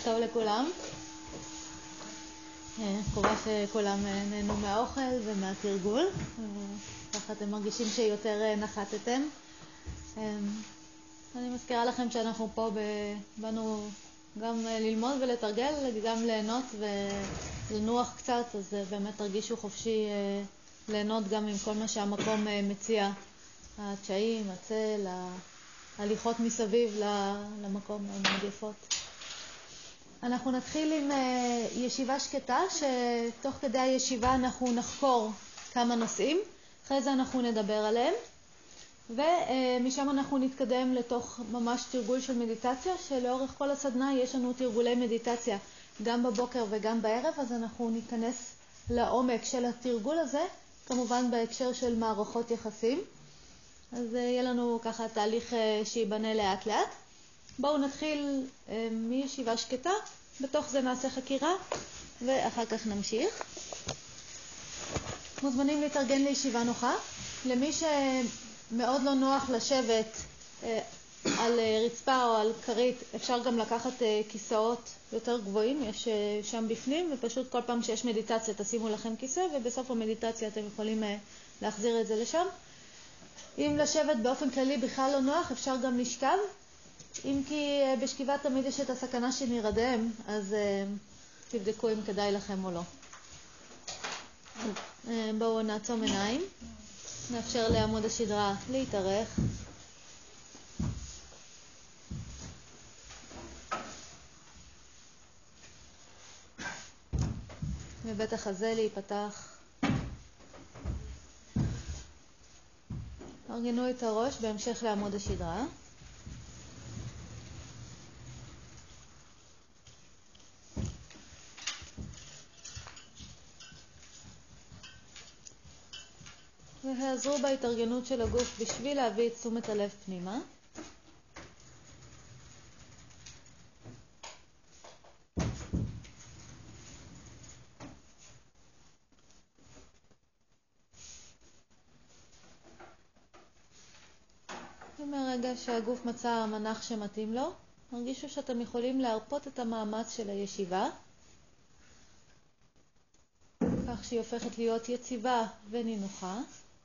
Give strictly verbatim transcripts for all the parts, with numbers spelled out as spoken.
טוב לכולם. מקווה שכולם נהנו מהאוכל ומהתרגול. ככה אתם מרגישים שיותר נחתתם. אני מזכירה לכם שאנחנו פה באנו גם ללמוד ולתרגל, גם ליהנות ולנוח קצת, אז באמת תרגישו חופשי ליהנות גם עם כל מה שהמקום מציע. התשעים, הצל, ההליכות מסביב למקום מאוד יפות. אנחנו נתחיל עם ישיבה שקטה, שתוך כדי הישיבה אנחנו נחקור כמה נושאים, אחרי זה אנחנו נדבר עליהם, ומשם אנחנו נתקדם לתוך ממש תרגול של מדיטציה, שלאורך כל הסדנה יש לנו תרגולי מדיטציה גם בבוקר וגם בערב, אז אנחנו ניכנס לעומק של התרגול הזה, כמובן בהקשר של מערכות יחסים. אז יהיה לנו ככה תהליך שיבנה לאט לאט. בואו נתחיל מישיבה שקטה, בתוך זה נעשה חקירה ואחר כך נמשיך. מוזמנים להתארגן לישיבה נוחה. למי שמאוד לא נוח לשבת על רצפה או על כרית, אפשר גם לקחת כיסאות יותר גבוהים, יש שם בפנים, ופשוט כל פעם שיש מדיטציה תשימו לכם כיסא, ובסוף המדיטציה אתם יכולים להחזיר את זה לשם. אם לשבת באופן כללי בכלל לא נוח, אפשר גם לשכב. אם כי בשכיבה תמיד יש את הסכנה שנרדם, אז uh, תבדקו אם כדאי לכם או לא. Uh, בואו נעצום עיניים, נאפשר לעמוד השדרה להתארך. מבית החזה להיפתח. ארגנו את הראש בהמשך לעמוד השדרה. והעזרו בהתארגנות של הגוף בשביל להביא את תשומת הלב פנימה. ומהרגע שהגוף מצא מנח שמתאים לו, הרגישו שאתם יכולים להרפות את המאמץ של הישיבה, כך שהיא הופכת להיות יציבה ונינוחה.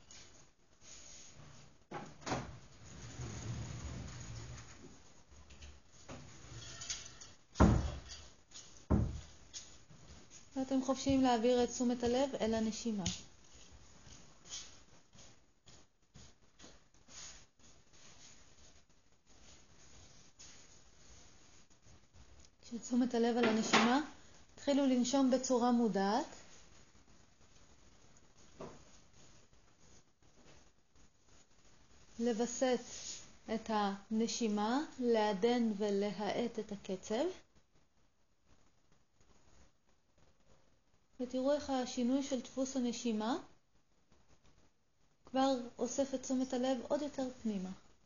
ואתם חופשיים להעביר את תשומת הלב אל הנשימה. כשתשומת הלב על הנשימה, תחילו לנשום בצורה מודעת. לבסט את הנשימה, לעדן ולהאט את הקצב. ותראו איך השינוי של דפוס הנשימה כבר אוסף את תשומת הלב עוד יותר פנימה.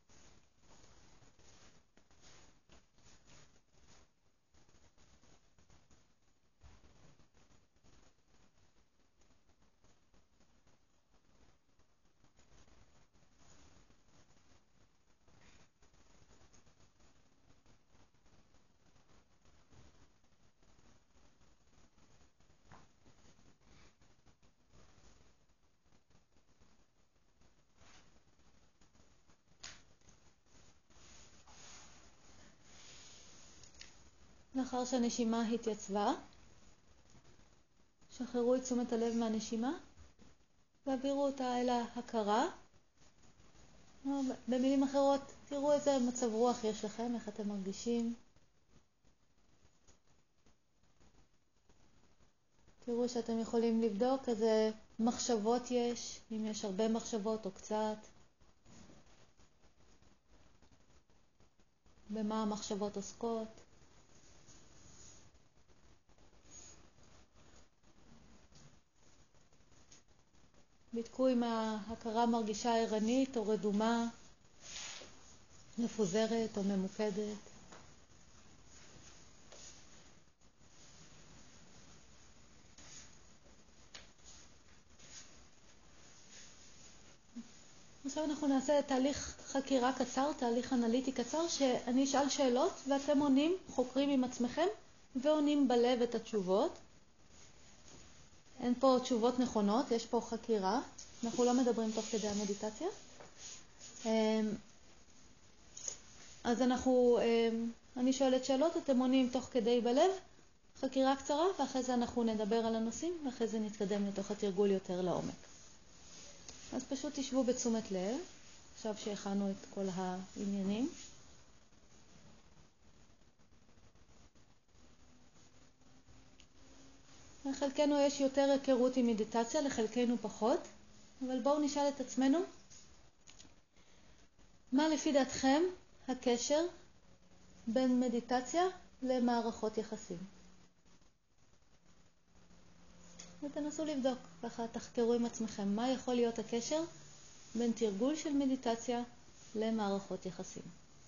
לאחר שהנשימה התייצבה, שחררו את תשומת הלב מהנשימה והעבירו אותה אל ההכרה. במילים אחרות, תראו איזה מצב רוח יש לכם, איך אתם מרגישים. תראו שאתם יכולים לבדוק איזה מחשבות יש, אם יש הרבה מחשבות או קצת. במה המחשבות עוסקות. בדקו אם ההכרה מרגישה ערנית או רדומה, מפוזרת או ממוקדת. עכשיו אנחנו נעשה תהליך חקירה קצר, תהליך אנליטי קצר, שאני אשאל שאלות ואתם עונים, חוקרים עם עצמכם, ועונים בלב את התשובות. אין פה תשובות נכונות, יש פה חקירה. אנחנו לא מדברים תוך כדי המדיטציה. אז אנחנו, אני שואלת שאלות, אתם עונים תוך כדי בלב, חקירה קצרה, ואחרי זה אנחנו נדבר על הנושאים, ואחרי זה נתקדם לתוך התרגול יותר לעומק. אז פשוט תשבו בתשומת לב, עכשיו שהכנו את כל העניינים. לחלקנו יש יותר היכרות עם מדיטציה, לחלקנו פחות, אבל בואו נשאל את עצמנו, מה לפי דעתכם הקשר בין מדיטציה למערכות יחסים? ותנסו לבדוק, ככה תחקרו עם עצמכם, מה יכול להיות הקשר בין תרגול של מדיטציה למערכות יחסים.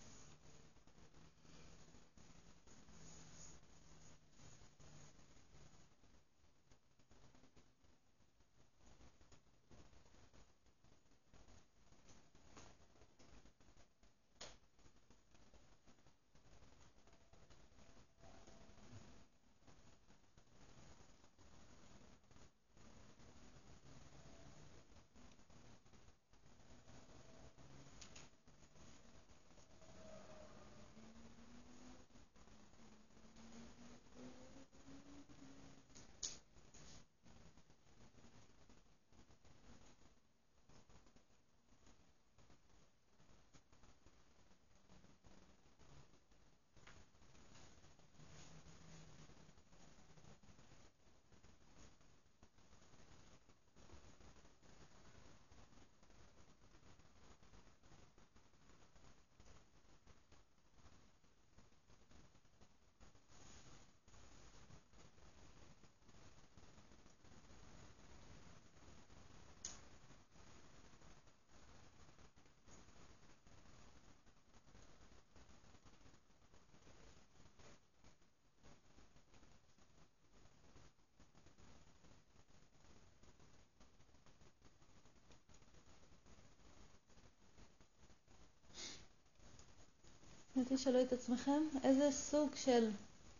תשאלו את עצמכם איזה סוג של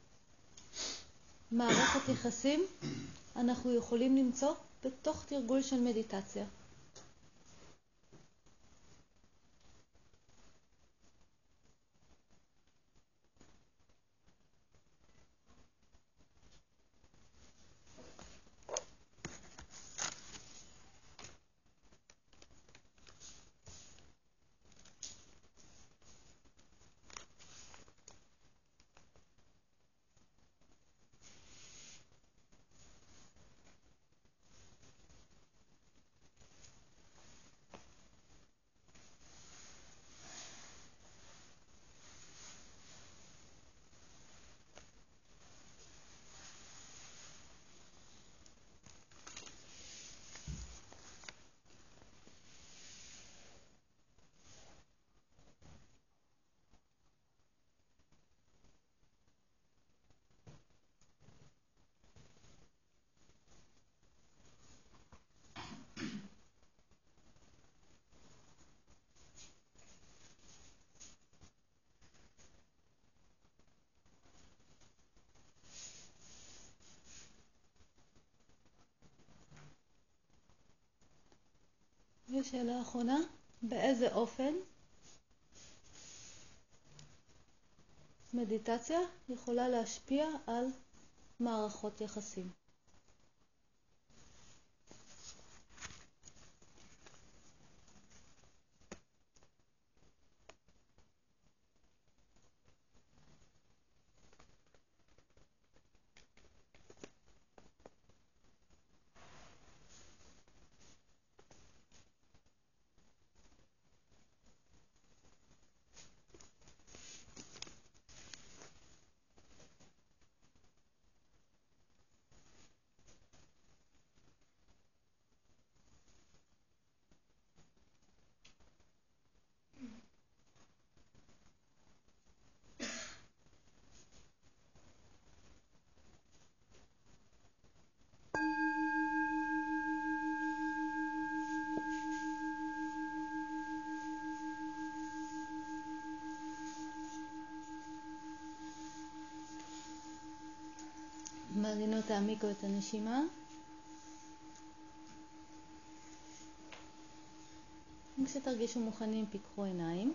מערכת יחסים אנחנו יכולים למצוא בתוך תרגול של מדיטציה. ושאלה האחרונה, באיזה אופן מדיטציה יכולה להשפיע על מערכות יחסים? מאזינות תעמיקו את הנשימה. כשתרגישו מוכנים, פיקחו עיניים.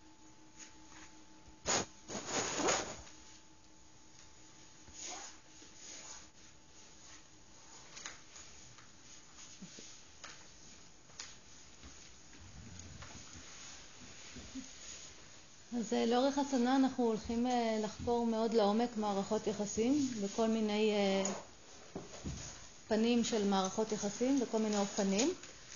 אז לאורך הסדנה אנחנו הולכים לחקור מאוד לעומק מערכות יחסים בכל מיני פנים של מערכות יחסים, בכל מיני אופנים.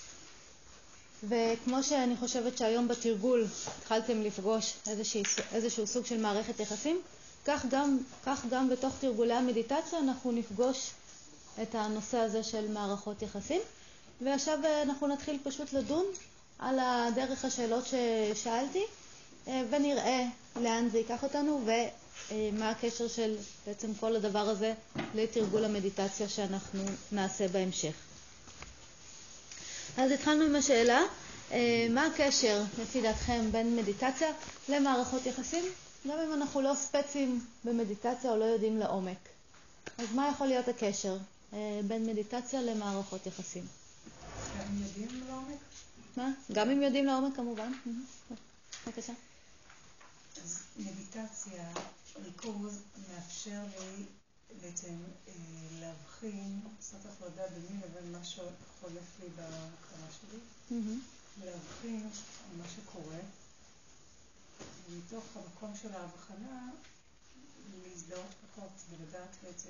וכמו שאני חושבת שהיום בתרגול התחלתם לפגוש איזשהו, איזשהו סוג של מערכת יחסים, כך גם, כך גם בתוך תרגולי המדיטציה אנחנו נפגוש את הנושא הזה של מערכות יחסים. ועכשיו אנחנו נתחיל פשוט לדון על דרך השאלות ששאלתי, ונראה לאן זה ייקח אותנו ומה הקשר של בעצם כל הדבר הזה לתרגול המדיטציה שאנחנו נעשה בהמשך. אז התחלנו עם השאלה, מה הקשר לפי דעתכם בין מדיטציה למערכות יחסים? גם אם אנחנו לא ספצים במדיטציה או לא יודעים לעומק. אז מה יכול להיות הקשר בין מדיטציה למערכות יחסים? גם אם יודעים לעומק? מה? גם אם יודעים לעומק כמובן. בבקשה. אז מדיטציה, ריכוז, מאפשר לי בעצם להבחין, לעשות הפרדה ביני לבין מה שחולף לי בהכרה שלי, להבחין על מה שקורה, ומתוך המקום של ההבחנה להזדהות פחות ולדעת בעצם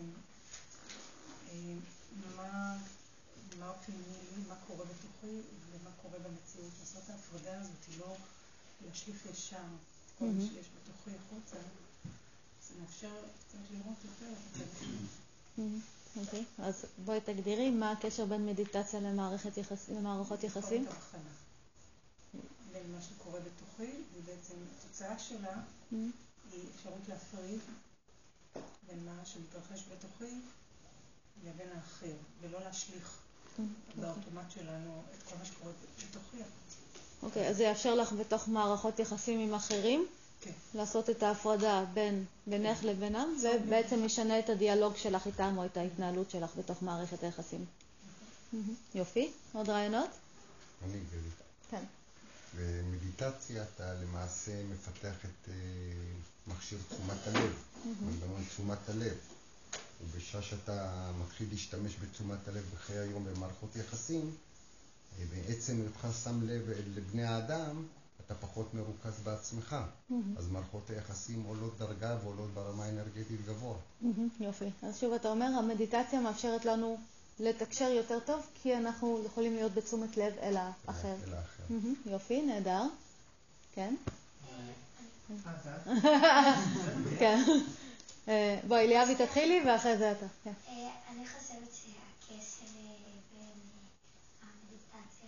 מה מה פנימי לי, מה קורה בתוכי ומה קורה במציאות. לעשות ההפרדה הזאת היא לא להשליף ישר כל מה שיש בתוכי החוצה, זה מאפשר קצת לראות יותר את הצד השני. אוקיי, אז בואי תגדירי מה הקשר בין מדיטציה למערכות יחסים. לבחון את הבחנה בין מה שקורה בתוכי, ובעצם התוצאה שלה היא אפשרות להפריד בין מה שמתרחש בתוכי לבין האחר, ולא להשליך באוטומט שלנו את כל מה שקורה בתוכי. אוקיי, אז זה יאפשר לך בתוך מערכות יחסים עם אחרים, לעשות את ההפרדה בין בינך לבינם, ובעצם משנה את הדיאלוג שלך איתם או את ההתנהלות שלך בתוך מערכת היחסים. יופי, עוד רעיונות? אני גלי. כן. במדיטציה אתה למעשה מפתח את מכשיר תשומת הלב, מנגנון תשומת הלב. ובשעה שאתה מתחיל להשתמש בתשומת הלב בחיי היום במערכות יחסים, בעצם אותך שם לב לבני האדם, אתה פחות מרוכז בעצמך. Mm-hmm. אז מערכות היחסים עולות דרגה ועולות ברמה האנרגטית גבוה. Mm-hmm, יופי. אז שוב אתה אומר, המדיטציה מאפשרת לנו לתקשר יותר טוב, כי אנחנו יכולים להיות בתשומת לב אל האחר. אל האחר. Mm-hmm, יופי, נהדר. כן? כן. בואי, ליאבי תתחילי ואחרי זה אתה. אני חושבת שהקשר בין המדיטציה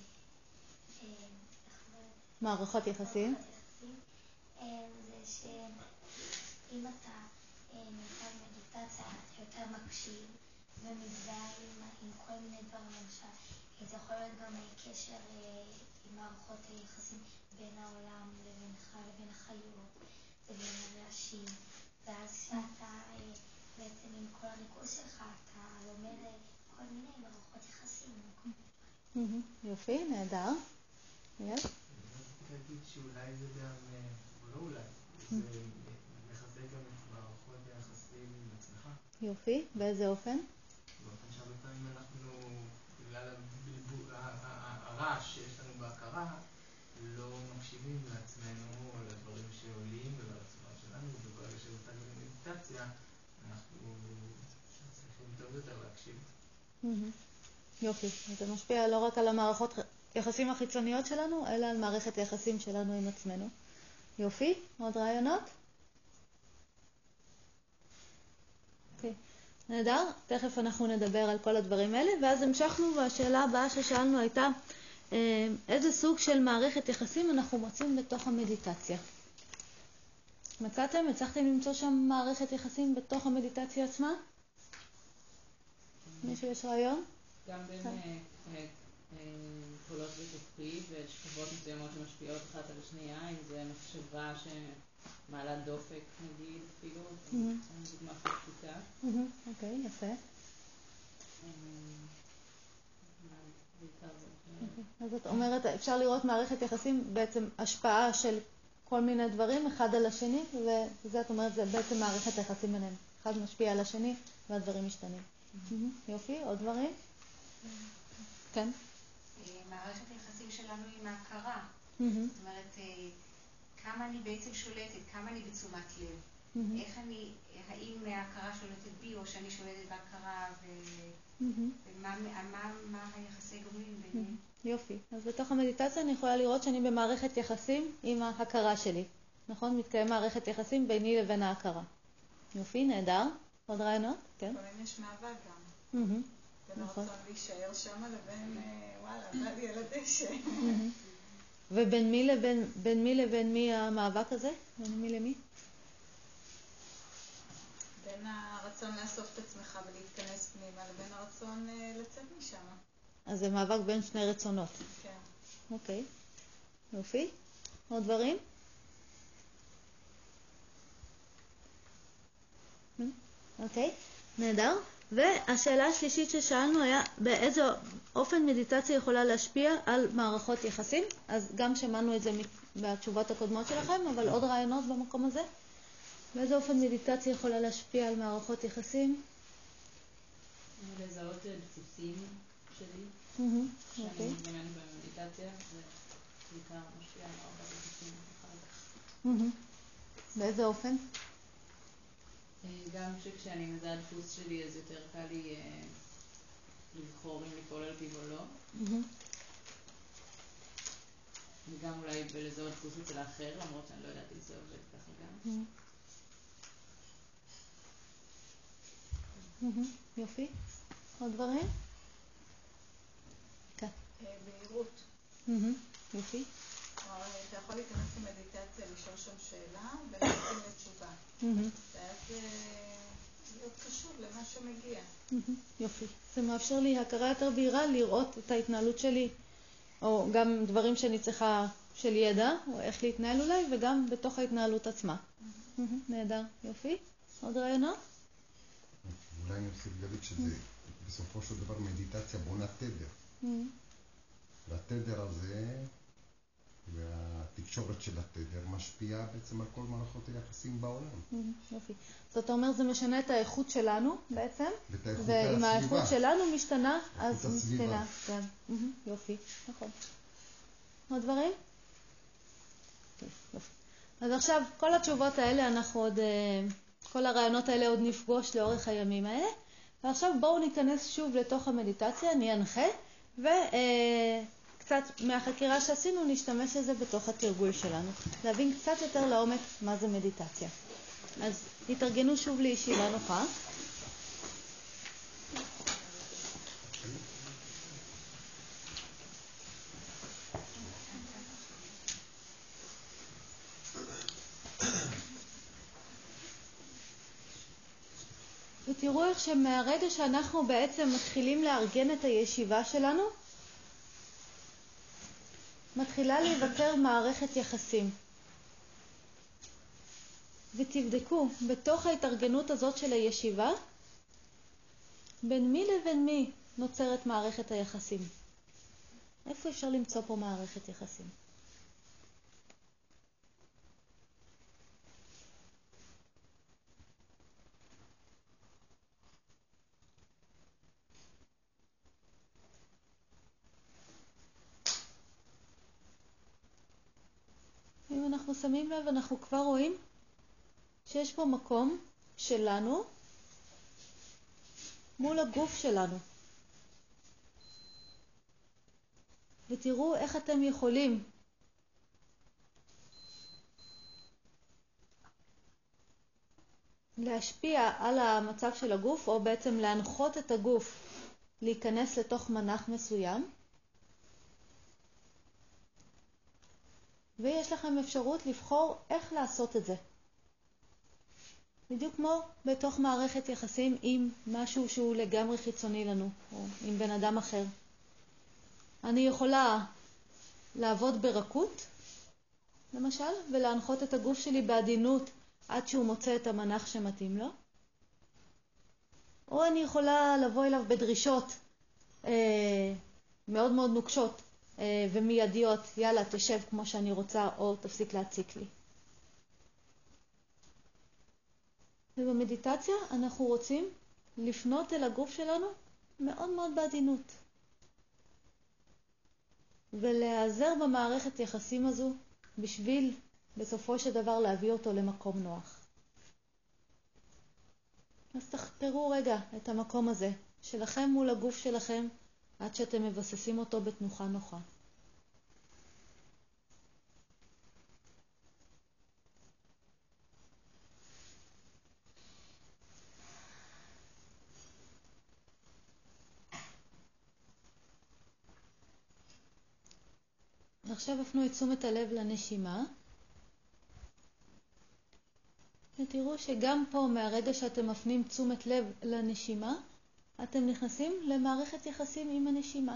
מערכות יחסים זה שאם אתה נמצא במדיטציה אתה יותר מקשיב ומזדהה עם כל מיני דברים. למשל זה יכול להיות גם קשר עם מערכות יחסים בין העולם לבינך לבין החיות ובין אנשים, ואז שאתה בעצם עם כל הריכוז שלך אתה לומד כל מיני מערכות יחסים. יופי, נהדר. יש? אני אגיד שאולי זה גם, או לא אולי, זה מחזק גם את מערכות היחסים עם עצמך. יופי, באיזה אופן? באופן שהרבה פעמים אנחנו, בגלל הרעש שיש לנו בהכרה, לא מקשיבים לעצמנו או לדברים שעולים ולרצונות שלנו, וברגע שבאותה מדיטציה אנחנו צריכים טוב יותר להקשיב. יופי, זה משפיע לא רק על המערכות יחסים החיצוניות שלנו, אלא על מערכת היחסים שלנו עם עצמנו. יופי, עוד רעיונות? אוקיי, נהדר, תכף אנחנו נדבר על כל הדברים האלה, ואז המשכנו, והשאלה הבאה ששאלנו הייתה, איזה סוג של מערכת יחסים אנחנו מוצאים בתוך המדיטציה? מצאתם? הצלחתם למצוא שם מערכת יחסים בתוך המדיטציה עצמה? מישהו יש רעיון? גם בין קולות בתוכי ושכבות מסוימות שמשפיעות אחת על השנייה, אם זה מחשבה שמעלה דופק נגיד אפילו, זו דוגמה פשוטה. אוקיי, יפה. אז את אומרת, אפשר לראות מערכת יחסים בעצם השפעה של כל מיני דברים אחד על השני, וזה את אומרת, זה בעצם מערכת היחסים ביניהם. אחד משפיע על השני והדברים משתנים. יופי, עוד דברים? כן. מערכת היחסים שלנו עם ההכרה. זאת אומרת, כמה אני בעצם שולטת, כמה אני בתשומת לב. איך אני, האם ההכרה שולטת בי או שאני שולטת בהכרה, ומה היחסי גומלין ביניהם. יופי. אז בתוך המדיטציה אני יכולה לראות שאני במערכת יחסים עם ההכרה שלי. נכון? מתקיים מערכת יחסים ביני לבין ההכרה. יופי, נהדר. עוד רעיונות? כן. לפעמים יש מאבק גם. בין הרצון להישאר שם לבין, וואלה, בא לי על הדשא. ובין מי לבין, בין מי לבין מי המאבק הזה? בין מי למי? בין הרצון לאסוף את עצמך ולהתכנס פנימה, לבין הרצון לצאת משם. אז זה מאבק בין שני רצונות. כן. אוקיי. יופי. עוד דברים? אוקיי. נהדר. והשאלה השלישית ששאלנו היה באיזה אופן מדיטציה יכולה להשפיע על מערכות יחסים. אז גם שמענו את זה בתשובות הקודמות שלכם, אבל עוד רעיונות במקום הזה. באיזה אופן מדיטציה יכולה להשפיע על מערכות יחסים? לזהות דפוסים שלי. אוקיי. שאני מתגמנת במדיטציה, זה בעיקר משפיע על מערכות יחסים. באיזה אופן? גם שכשאני מזהה דפוס שלי, אז יותר קל לי לבחור אם לפעול על פיו או לא. וגם אולי בלזהות דפוס אצל האחר, למרות שאני לא יודעת אם זה עובד ככה גם. יופי. עוד דברים? כן. בהירות. יופי. אתה יכול להיכנס למדיטציה, לשאול שם שאלה ולהסכים לתשובה. ואז להיות קשור למה שמגיע. יופי. זה מאפשר לי הכרה יותר בהירה לראות את ההתנהלות שלי, או גם דברים שאני צריכה של ידע, או איך להתנהל אולי, וגם בתוך ההתנהלות עצמה. נהדר. יופי. עוד רעיונות? אולי אני אוסיף גלית שזה בסופו של דבר מדיטציה בונה תדר. והתדר הזה והתקשורת של התדר משפיעה בעצם על כל מערכות היחסים בעולם. יופי. זאת אומרת, זה משנה את האיכות שלנו בעצם, ואם האיכות שלנו משתנה, אז משתנה. יופי, נכון. עוד דברים? יופי. אז עכשיו, כל התשובות האלה אנחנו עוד, כל הרעיונות האלה עוד נפגוש לאורך הימים האלה, ועכשיו בואו ניכנס שוב לתוך המדיטציה, אני אנחה, וקצת מהחקירה שעשינו נשתמש לזה בתוך התרגול שלנו, להבין קצת יותר לעומק מה זה מדיטציה. אז נתארגנו שוב לישיבה נוחה. ותראו איך שמהרגע שאנחנו בעצם מתחילים לארגן את הישיבה שלנו, מתחילה להיווצר מערכת יחסים. ותבדקו, בתוך ההתארגנות הזאת של הישיבה, בין מי לבין מי נוצרת מערכת היחסים? איפה אפשר למצוא פה מערכת יחסים? אם אנחנו שמים לב, אנחנו כבר רואים שיש פה מקום שלנו מול הגוף שלנו. ותראו איך אתם יכולים להשפיע על המצב של הגוף, או בעצם להנחות את הגוף להיכנס לתוך מנח מסוים. ויש לכם אפשרות לבחור איך לעשות את זה. בדיוק כמו בתוך מערכת יחסים עם משהו שהוא לגמרי חיצוני לנו, או עם בן אדם אחר. אני יכולה לעבוד ברכות, למשל, ולהנחות את הגוף שלי בעדינות עד שהוא מוצא את המנח שמתאים לו. או אני יכולה לבוא אליו בדרישות אה, מאוד מאוד נוקשות אה, ומיידיות, יאללה, תשב כמו שאני רוצה, או תפסיק להציק לי. ובמדיטציה אנחנו רוצים לפנות אל הגוף שלנו מאוד מאוד בעדינות. ולהיעזר במערכת יחסים הזו בשביל בסופו של דבר להביא אותו למקום נוח. אז תחקרו רגע את המקום הזה שלכם מול הגוף שלכם עד שאתם מבססים אותו בתנוחה נוחה. עכשיו הפנו את תשומת הלב לנשימה. ותראו שגם פה מהרגע שאתם מפנים תשומת לב לנשימה, אתם נכנסים למערכת יחסים עם הנשימה.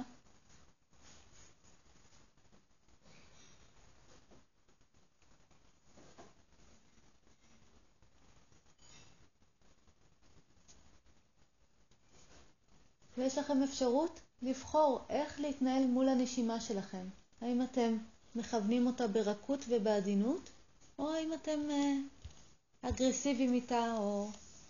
ויש לכם אפשרות לבחור איך להתנהל מול הנשימה שלכם. האם אתם מכוונים אותה ברכות ובעדינות, או האם אתם אגרסיביים איתה, או...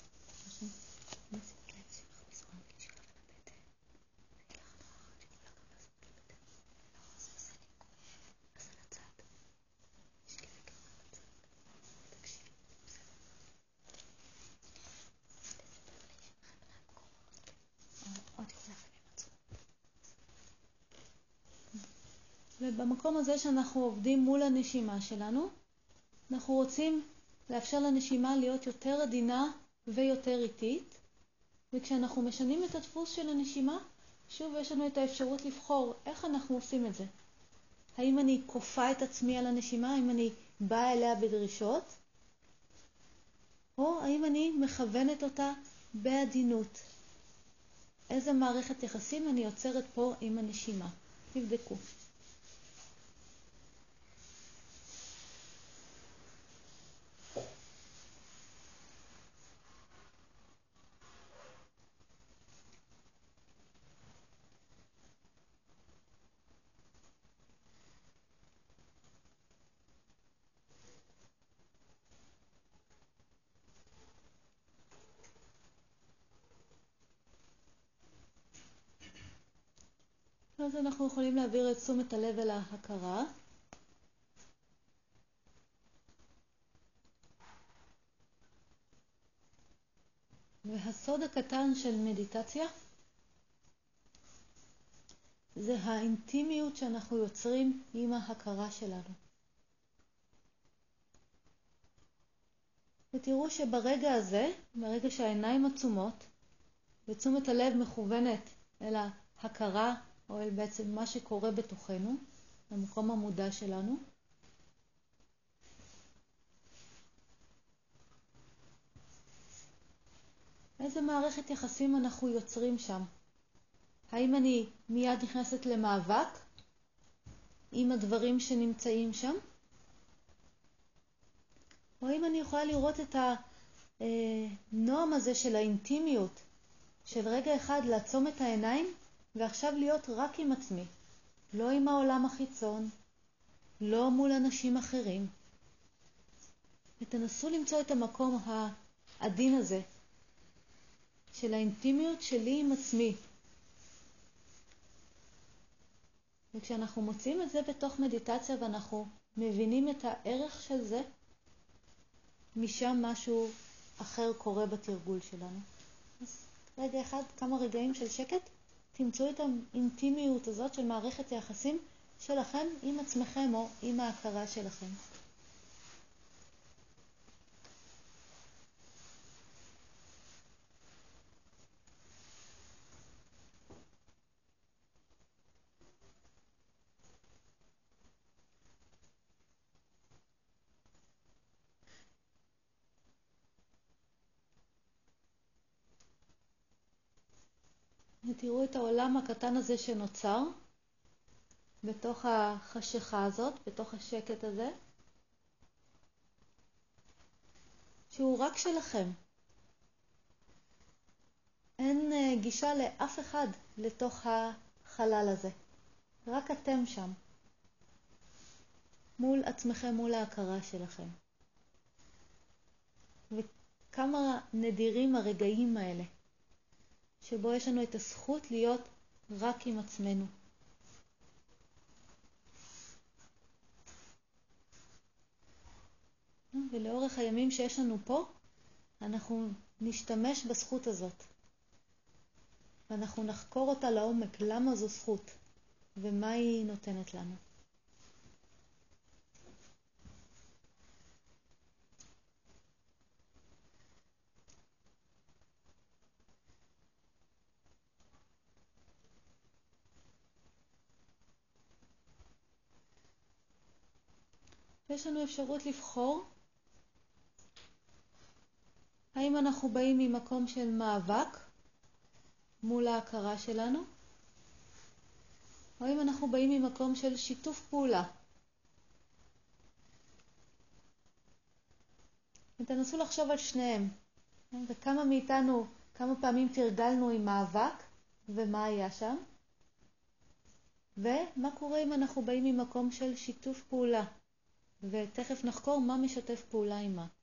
ובמקום הזה שאנחנו עובדים מול הנשימה שלנו, אנחנו רוצים לאפשר לנשימה להיות יותר עדינה ויותר איטית. וכשאנחנו משנים את הדפוס של הנשימה, שוב יש לנו את האפשרות לבחור איך אנחנו עושים את זה. האם אני כופה את עצמי על הנשימה, האם אני באה אליה בדרישות, או האם אני מכוונת אותה בעדינות. איזה מערכת יחסים אני יוצרת פה עם הנשימה. תבדקו. אז אנחנו יכולים להעביר את תשומת הלב אל ההכרה. והסוד הקטן של מדיטציה זה האינטימיות שאנחנו יוצרים עם ההכרה שלנו. ותראו שברגע הזה, ברגע שהעיניים עצומות ותשומת הלב מכוונת אל ההכרה, או אל בעצם מה שקורה בתוכנו, במקום המודע שלנו, איזה מערכת יחסים אנחנו יוצרים שם? האם אני מיד נכנסת למאבק עם הדברים שנמצאים שם? או האם אני יכולה לראות את הנועם הזה של האינטימיות, של רגע אחד לעצום את העיניים ועכשיו להיות רק עם עצמי, לא עם העולם החיצון, לא מול אנשים אחרים. ותנסו למצוא את המקום העדין הזה של האינטימיות שלי עם עצמי. וכשאנחנו מוצאים את זה בתוך מדיטציה ואנחנו מבינים את הערך של זה, משם משהו אחר קורה בתרגול שלנו. אז רגע אחד, כמה רגעים של שקט, תמצאו את האינטימיות הזאת של מערכת היחסים שלכם עם עצמכם או עם ההכרה שלכם. ותראו את העולם הקטן הזה שנוצר, בתוך החשיכה הזאת, בתוך השקט הזה, שהוא רק שלכם. אין גישה לאף אחד לתוך החלל הזה. רק אתם שם. מול עצמכם, מול ההכרה שלכם. וכמה נדירים הרגעים האלה, שבו יש לנו את הזכות להיות רק עם עצמנו. ולאורך הימים שיש לנו פה, אנחנו נשתמש בזכות הזאת. ואנחנו נחקור אותה לעומק, למה זו זכות, ומה היא נותנת לנו. יש לנו אפשרות לבחור האם אנחנו באים ממקום של מאבק מול ההכרה שלנו, או אם אנחנו באים ממקום של שיתוף פעולה. ותנסו לחשוב על שניהם. וכמה מאיתנו, כמה פעמים תרגלנו עם מאבק, ומה היה שם? ומה קורה אם אנחנו באים ממקום של שיתוף פעולה? ותכף נחקור מה משתף פעולה עם מה.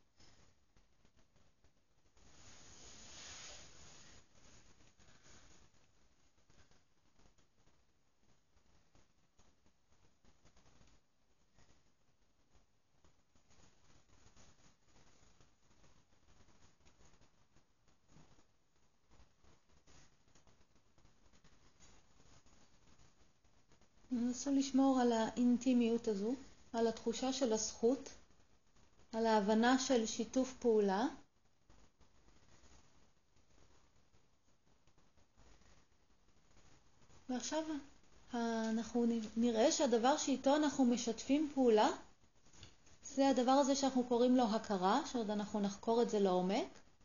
נסו לשמור על האינטימיות הזו, על התחושה של הזכות, על ההבנה של שיתוף פעולה. ועכשיו אנחנו נראה שהדבר שאיתו אנחנו משתפים פעולה, זה הדבר הזה שאנחנו קוראים לו הכרה, שעוד אנחנו נחקור את זה לעומק.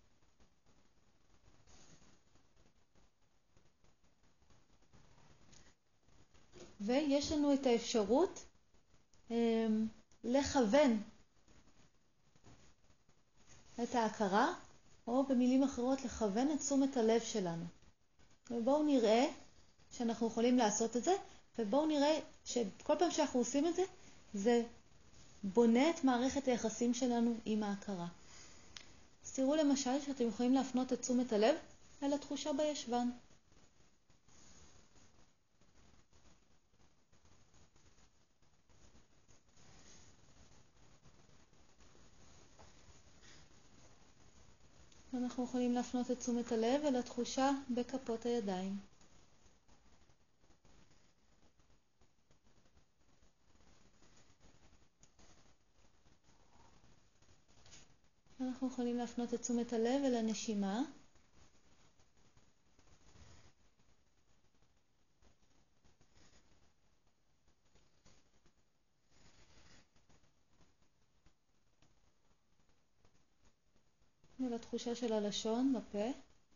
ויש לנו את האפשרות אה, לכוון את ההכרה, או במילים אחרות לכוון את תשומת הלב שלנו. ובואו נראה שאנחנו יכולים לעשות את זה, ובואו נראה שכל פעם שאנחנו עושים את זה, זה בונה את מערכת היחסים שלנו עם ההכרה. אז תראו למשל שאתם יכולים להפנות את תשומת הלב אל התחושה בישבן. אנחנו יכולים להפנות את תשומת הלב אל התחושה בכפות הידיים. אנחנו יכולים להפנות את תשומת הלב אל הנשימה. ולתחושה של הלשון בפה.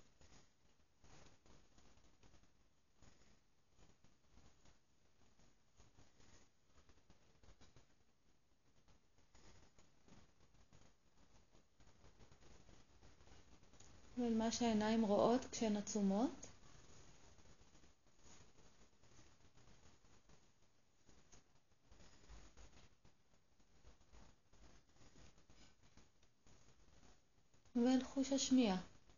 ואל מה שהעיניים רואות כשהן עצומות. ואל חוש השמיעה.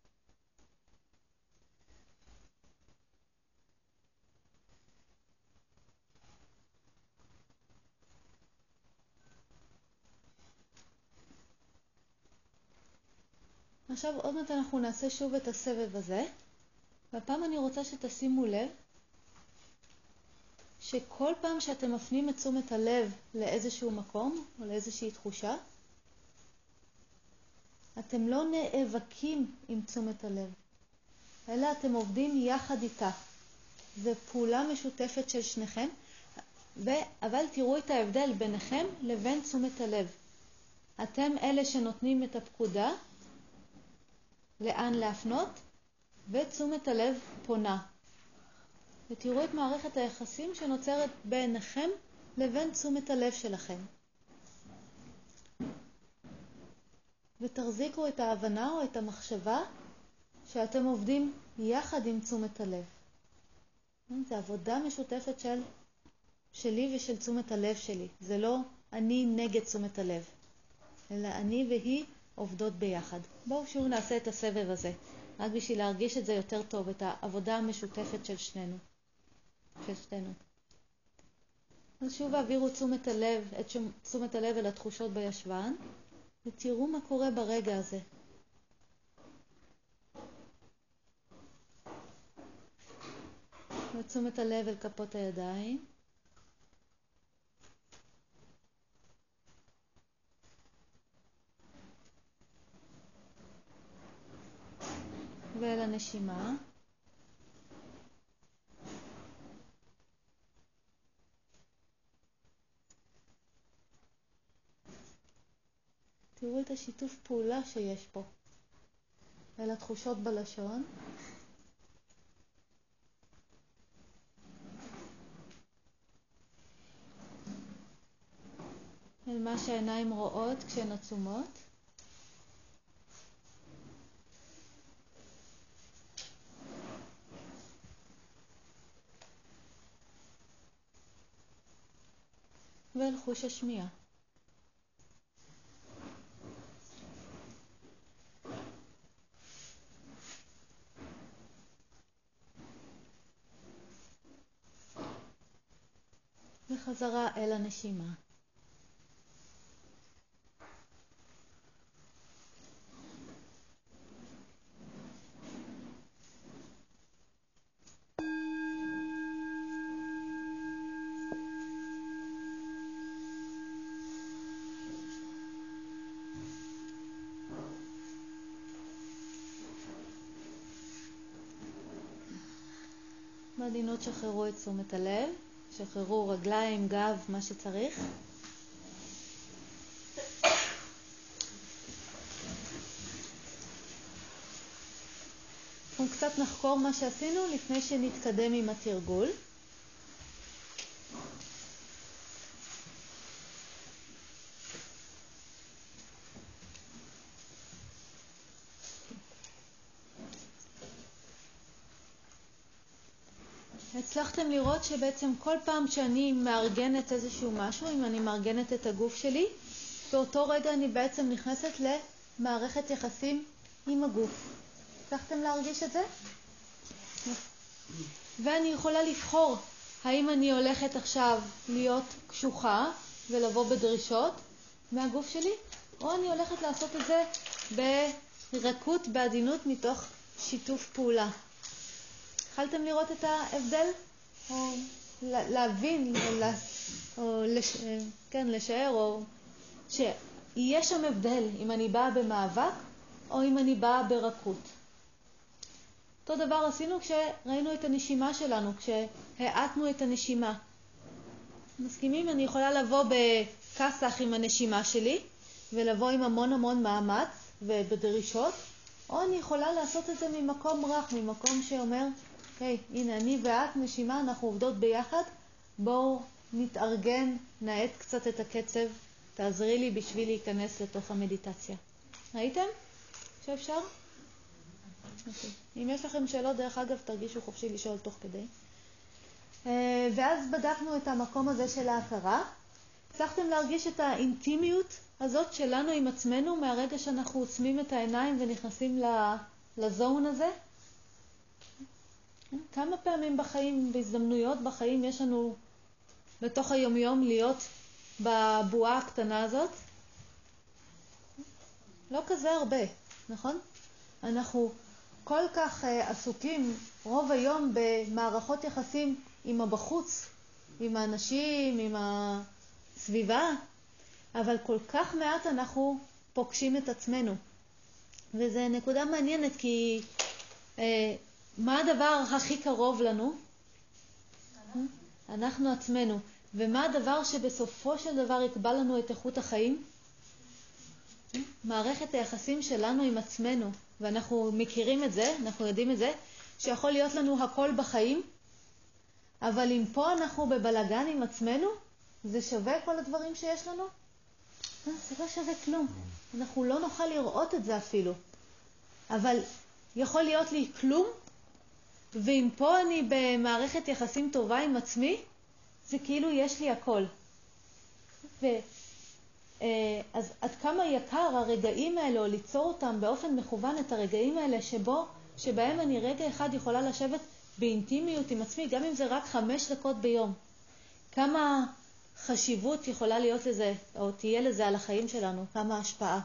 עכשיו עוד מעט אנחנו נעשה שוב את הסבב הזה, והפעם אני רוצה שתשימו לב שכל פעם שאתם מפנים את תשומת הלב לאיזשהו מקום או לאיזושהי תחושה, אתם לא נאבקים עם תשומת הלב, אלא אתם עובדים יחד איתה. זו פעולה משותפת של שניכם, ו... אבל תראו את ההבדל ביניכם לבין תשומת הלב. אתם אלה שנותנים את הפקודה, לאן להפנות, ותשומת הלב פונה. ותראו את מערכת היחסים שנוצרת ביניכם לבין תשומת הלב שלכם. ותחזיקו את ההבנה או את המחשבה שאתם עובדים יחד עם תשומת הלב. זו עבודה משותפת של, שלי ושל תשומת הלב שלי. זה לא אני נגד תשומת הלב, אלא אני והיא עובדות ביחד. בואו שוב נעשה את הסבב הזה, רק בשביל להרגיש את זה יותר טוב, את העבודה המשותפת של שנינו. של שנינו. אז שוב העבירו תשומת הלב, את תשומת הלב אל התחושות בישבן, ותראו מה קורה ברגע הזה. ותשומת הלב אל כפות הידיים. ואל הנשימה. תראו את השיתוף פעולה שיש פה. אל התחושות בלשון. אל מה שהעיניים רואות כשהן עצומות. ואל חוש השמיעה. וחזרה אל הנשימה. בעדינות שחררו את תשומת הלב, שחררו רגליים, גב, מה שצריך. אנחנו קצת נחקור מה שעשינו לפני שנתקדם עם התרגול. הצלחתם לראות שבעצם כל פעם שאני מארגנת איזשהו משהו, אם אני מארגנת את הגוף שלי, באותו רגע אני בעצם נכנסת למערכת יחסים עם הגוף. הצלחתם להרגיש את זה? ואני יכולה לבחור האם אני הולכת עכשיו להיות קשוחה ולבוא בדרישות מהגוף שלי, או אני הולכת לעשות את זה ברכות, בעדינות, מתוך שיתוף פעולה. יכלתם לראות את ההבדל? או להבין, או לש... כן, לשער, או שיש שם הבדל אם אני באה במאבק או אם אני באה ברכות. אותו דבר עשינו כשראינו את הנשימה שלנו, כשהאטנו את הנשימה. מסכימים? אני יכולה לבוא בכסח עם הנשימה שלי, ולבוא עם המון המון מאמץ ובדרישות, או אני יכולה לעשות את זה ממקום רך, ממקום שאומר, היי, hey, הנה אני ואת נשימה, אנחנו עובדות ביחד, בואו נתארגן, נעט קצת את הקצב, תעזרי לי בשביל להיכנס לתוך המדיטציה. ראיתם שאפשר? Okay. אם יש לכם שאלות, דרך אגב, תרגישו חופשי לשאול תוך כדי. ואז בדקנו את המקום הזה של ההכרה. הצלחתם להרגיש את האינטימיות הזאת שלנו עם עצמנו מהרגע שאנחנו עוצמים את העיניים ונכנסים לזון הזה? כמה פעמים בחיים, בהזדמנויות בחיים, יש לנו בתוך היומיום להיות בבועה הקטנה הזאת? לא כזה הרבה, נכון? אנחנו כל כך עסוקים רוב היום במערכות יחסים עם הבחוץ, עם האנשים, עם הסביבה, אבל כל כך מעט אנחנו פוגשים את עצמנו. וזו נקודה מעניינת, כי אה, מה הדבר הכי קרוב לנו? אנחנו. אנחנו עצמנו. ומה הדבר שבסופו של דבר יקבע לנו את איכות החיים? מערכת היחסים שלנו עם עצמנו. ואנחנו מכירים את זה, אנחנו יודעים את זה, שיכול להיות לנו הכל בחיים, אבל אם פה אנחנו בבלגן עם עצמנו, זה שווה כל הדברים שיש לנו? זה לא שווה כלום. אנחנו לא נוכל לראות את זה אפילו. אבל יכול להיות לי כלום, ואם פה אני במערכת יחסים טובה עם עצמי, זה כאילו יש לי הכל. ו, אז עד כמה יקר הרגעים האלה, או ליצור אותם באופן מכוון את הרגעים האלה, שבו, שבהם אני רגע אחד יכולה לשבת באינטימיות עם עצמי, גם אם זה רק חמש דקות ביום. כמה חשיבות יכולה להיות לזה, או תהיה לזה על החיים שלנו, כמה השפעה.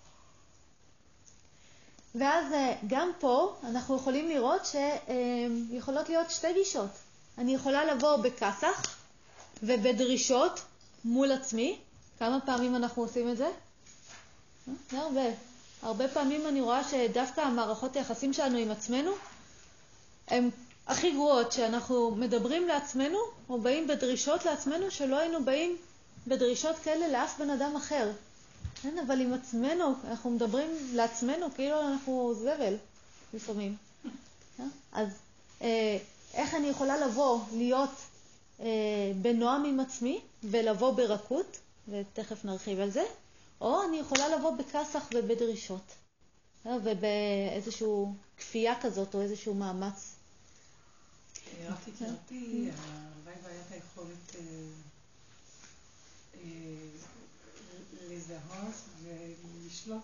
ואז גם פה אנחנו יכולים לראות שיכולות להיות שתי גישות. אני יכולה לבוא בכסח ובדרישות מול עצמי. כמה פעמים אנחנו עושים את זה? זה הרבה. הרבה פעמים אני רואה שדווקא המערכות היחסים שלנו עם עצמנו הן הכי גרועות, שאנחנו מדברים לעצמנו או באים בדרישות לעצמנו שלא היינו באים בדרישות כאלה לאף בן אדם אחר. כן, אבל עם עצמנו, אנחנו מדברים לעצמנו כאילו אנחנו זבל לפעמים. אז אה, איך אני יכולה לבוא, להיות אה, בנועם עם עצמי ולבוא ברכות, ותכף נרחיב על זה, או אני יכולה לבוא בכסח ובדרישות, ובאיזשהו כפייה כזאת או איזשהו מאמץ. רק הכרתי, הלוואי והיה היכולת לזהות ולשלוט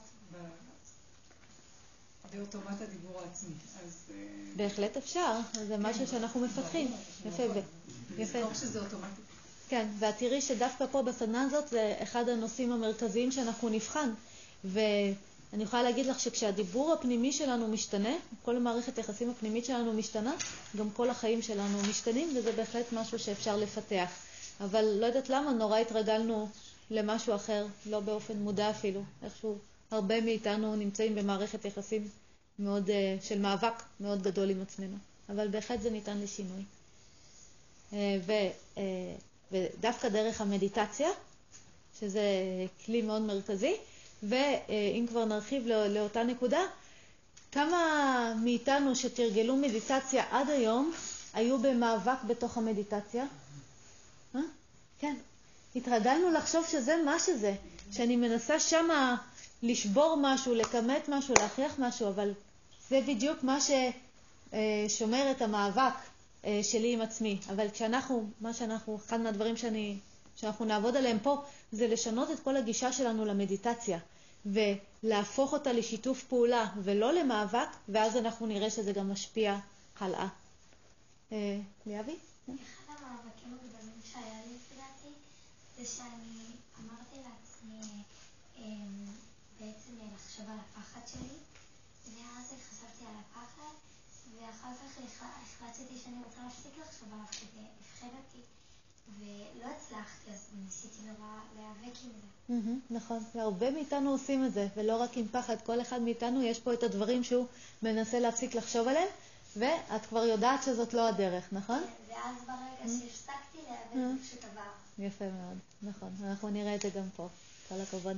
באוטומט הדיבור העצמי. בהחלט אפשר, זה משהו שאנחנו מפתחים. יפה. לזכור שזה אוטומטי. כן, ואת תראי שדווקא פה בסדנה הזאת זה אחד הנושאים המרכזיים שאנחנו נבחן. ואני יכולה להגיד לך שכשהדיבור הפנימי שלנו משתנה, כל המערכת היחסים הפנימית שלנו משתנה, גם כל החיים שלנו משתנים, וזה בהחלט משהו שאפשר לפתח. אבל לא יודעת למה, נורא התרגלנו למשהו אחר, לא באופן מודע אפילו. איכשהו הרבה מאיתנו נמצאים במערכת יחסים מאוד, של מאבק מאוד גדול עם עצמנו. אבל בהחלט זה ניתן לשינוי. ו... ודווקא דרך המדיטציה, שזה כלי מאוד מרכזי, ואם כבר נרחיב לאותה נקודה, כמה מאיתנו שתרגלו מדיטציה עד היום, היו במאבק בתוך המדיטציה? אה? כן. התרגלנו לחשוב שזה מה שזה, שאני מנסה שמה לשבור משהו, לקמת משהו, להכריח משהו, אבל זה בדיוק מה ששומר את המאבק שלי עם עצמי. אבל כשאנחנו, מה שאנחנו, אחד מהדברים שאני, שאנחנו נעבוד עליהם פה, זה לשנות את כל הגישה שלנו למדיטציה, ולהפוך אותה לשיתוף פעולה, ולא למאבק, ואז אנחנו נראה שזה גם משפיע הלאה. ליאבי? אחד המאבקים הגדולים שהיה לי לפי זה שאני אמרתי לעצמי בעצם לחשוב על הפחד שלי, ואז חשבתי על הפחד, ואחר כך החלטתי שאני רוצה להפסיק לחשוב עליו כדי לפחד אותי, ולא הצלחתי, אז ניסיתי נורא להיאבק עם זה. נכון, והרבה מאיתנו עושים את זה, ולא רק עם פחד, כל אחד מאיתנו יש פה את הדברים שהוא מנסה להפסיק לחשוב עליהם, ואת כבר יודעת שזאת לא הדרך, נכון? ואז ברגע שהפסקתי להיאבק פשוט עבר. יפה מאוד, נכון, אנחנו נראה את זה גם פה, כל הכבוד.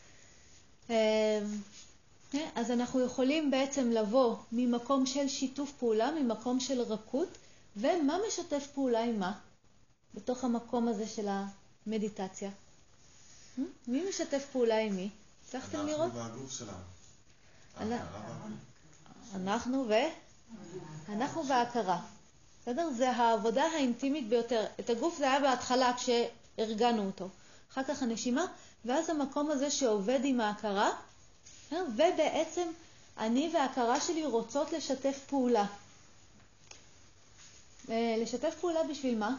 אז אנחנו יכולים בעצם לבוא ממקום של שיתוף פעולה, ממקום של רכות, ומה משתף פעולה עם מה? בתוך המקום הזה של המדיטציה. מי משתף פעולה עם מי? הצלחתם לראות? אנחנו והגוף שלנו. אנחנו ו... אנחנו וההכרה. בסדר? זה העבודה האינטימית ביותר. את הגוף זה היה בהתחלה כשהרגענו אותו. אחר כך הנשימה, ואז המקום הזה שעובד עם ההכרה, ובעצם אני וההכרה שלי רוצות לשתף פעולה. לשתף פעולה בשביל מה?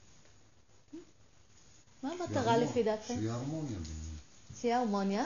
מה המטרה לפי דעתכם? שיהיה הרמוניה. שיהיה הרמוניה.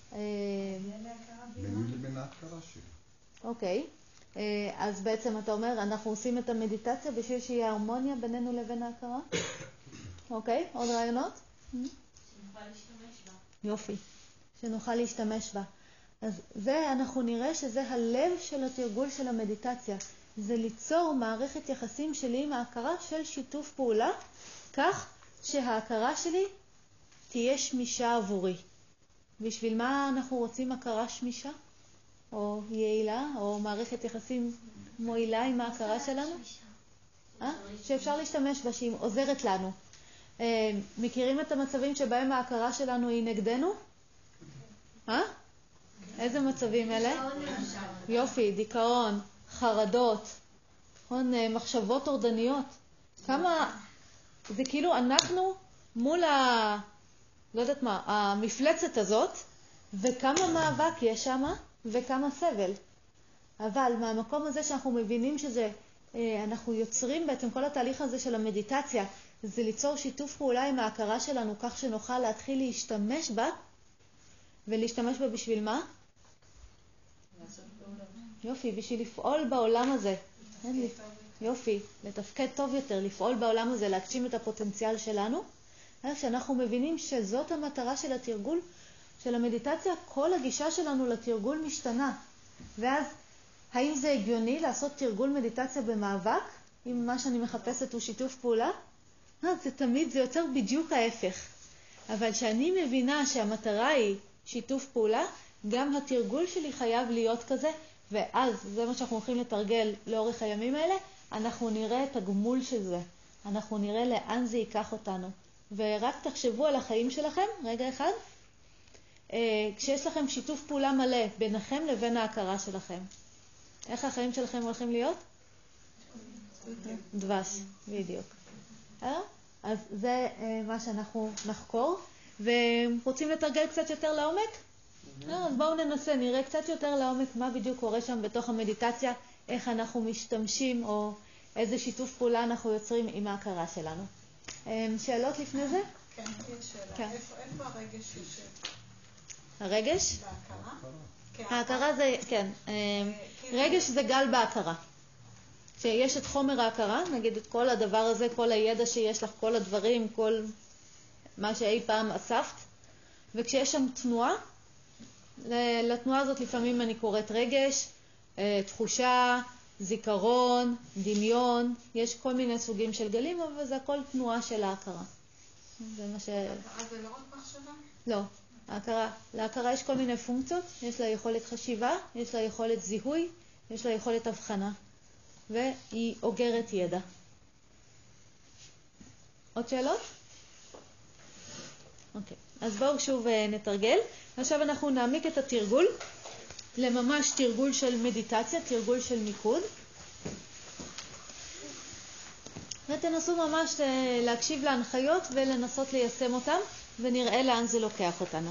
ביני לבין ההכרה שלי. אוקיי. אז בעצם אתה אומר, אנחנו עושים את המדיטציה בשביל שיהיה הרמוניה בינינו לבין ההכרה? אוקיי, עוד רעיונות? שנוכל להשתמש בה. יופי, שנוכל להשתמש בה. אז זה, אנחנו נראה שזה הלב של התרגול של המדיטציה. זה ליצור מערכת יחסים שלי עם ההכרה של שיתוף פעולה, כך שההכרה שלי תהיה שמישה עבורי. בשביל מה אנחנו רוצים הכרה שמישה? או יעילה, או מערכת יחסים מועילה עם ההכרה שלנו? אה? שאפשר להשתמש בה, שהיא עוזרת לנו. אה, מכירים את המצבים שבהם ההכרה שלנו היא נגדנו? אה? איזה מצבים אלה? יופי, דיכאון, חרדות, מחשבות טורדניות. כמה, זה כאילו אנחנו מול ה... לא יודעת מה, המפלצת הזאת, וכמה מאבק יש שם, וכמה סבל. אבל מהמקום הזה שאנחנו מבינים שזה, אנחנו יוצרים בעצם כל התהליך הזה של המדיטציה, זה ליצור שיתוף פעולה עם ההכרה שלנו, כך שנוכל להתחיל להשתמש בה, ולהשתמש בה בשביל מה? יופי, בשביל לפעול בעולם הזה. יופי, לתפקד טוב יותר, לפעול בעולם הזה, להגשים את הפוטנציאל שלנו. כשאנחנו מבינים שזאת המטרה של התרגול, של המדיטציה, כל הגישה שלנו לתרגול משתנה. ואז, האם זה הגיוני לעשות תרגול מדיטציה במאבק? אם מה שאני מחפשת הוא שיתוף פעולה? זה תמיד, זה יוצר בדיוק ההפך. אבל כשאני מבינה שהמטרה היא שיתוף פעולה, גם התרגול שלי חייב להיות כזה, ואז זה מה שאנחנו הולכים לתרגל לאורך הימים האלה, אנחנו נראה את הגמול של זה. אנחנו נראה לאן זה ייקח אותנו. ורק תחשבו על החיים שלכם, רגע אחד, כשיש לכם שיתוף פעולה מלא ביניכם לבין ההכרה שלכם. איך החיים שלכם הולכים להיות? דבש, בדיוק. אז זה מה שאנחנו נחקור, ורוצים לתרגל קצת יותר לעומק? אז בואו ננסה, נראה קצת יותר לעומק מה בדיוק קורה שם בתוך המדיטציה, איך אנחנו משתמשים או איזה שיתוף פעולה אנחנו יוצרים עם ההכרה שלנו. שאלות לפני זה? כן, יש שאלה. איפה הרגש יושב? הרגש? בהכרה? ההכרה זה, כן. רגש זה גל בהכרה. כשיש את חומר ההכרה, נגיד את כל הדבר הזה, כל הידע שיש לך, כל הדברים, כל מה שאי פעם אספת, וכשיש שם תנועה, לתנועה הזאת לפעמים אני קוראת רגש, תחושה, זיכרון, דמיון, יש כל מיני סוגים של גלים, אבל זה הכל תנועה של ההכרה. זה מה ש... ההכרה זה לא רק מחשבה? לא. ההכרה, להכרה יש כל מיני פונקציות, יש לה יכולת חשיבה, יש לה יכולת זיהוי, יש לה יכולת הבחנה, והיא אוגרת ידע. עוד שאלות? אוקיי, אז בואו שוב נתרגל. עכשיו אנחנו נעמיק את התרגול לממש תרגול של מדיטציה, תרגול של מיקוד. ותנסו ממש להקשיב להנחיות ולנסות ליישם אותם, ונראה לאן זה לוקח אותנו.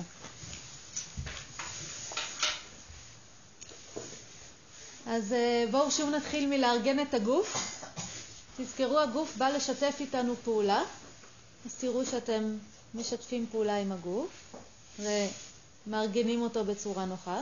אז בואו שוב נתחיל מלארגן את הגוף. תזכרו, הגוף בא לשתף איתנו פעולה, אז תראו שאתם משתפים פעולה עם הגוף ומארגנים אותו בצורה נוחה.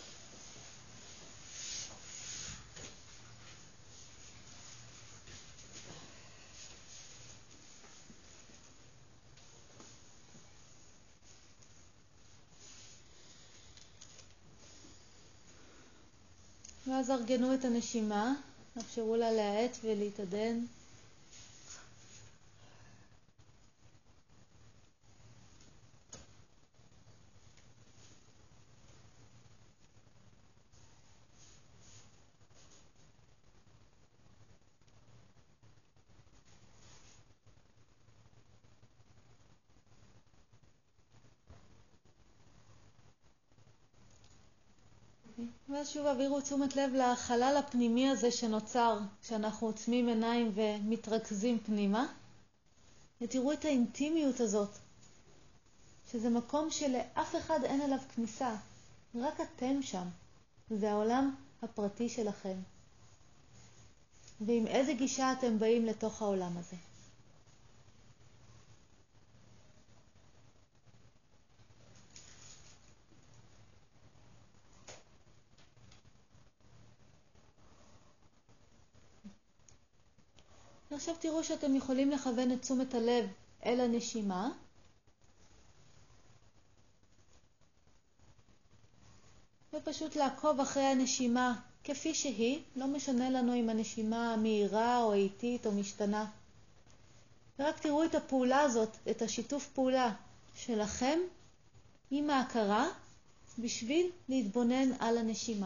ואז ארגנו את הנשימה, אפשרו לה להאט ולהתעדן. ואז שוב אווירו תשומת לב לחלל הפנימי הזה שנוצר כשאנחנו עוצמים עיניים ומתרכזים פנימה. ותראו את האינטימיות הזאת, שזה מקום שלאף אחד אין אליו כניסה, רק אתם שם. זה העולם הפרטי שלכם. ועם איזה גישה אתם באים לתוך העולם הזה. עכשיו תראו שאתם יכולים לכוון את תשומת הלב אל הנשימה. ופשוט לעקוב אחרי הנשימה כפי שהיא, לא משנה לנו אם הנשימה מהירה או איטית או משתנה. ורק תראו את הפעולה הזאת, את השיתוף פעולה שלכם עם ההכרה בשביל להתבונן על הנשימה.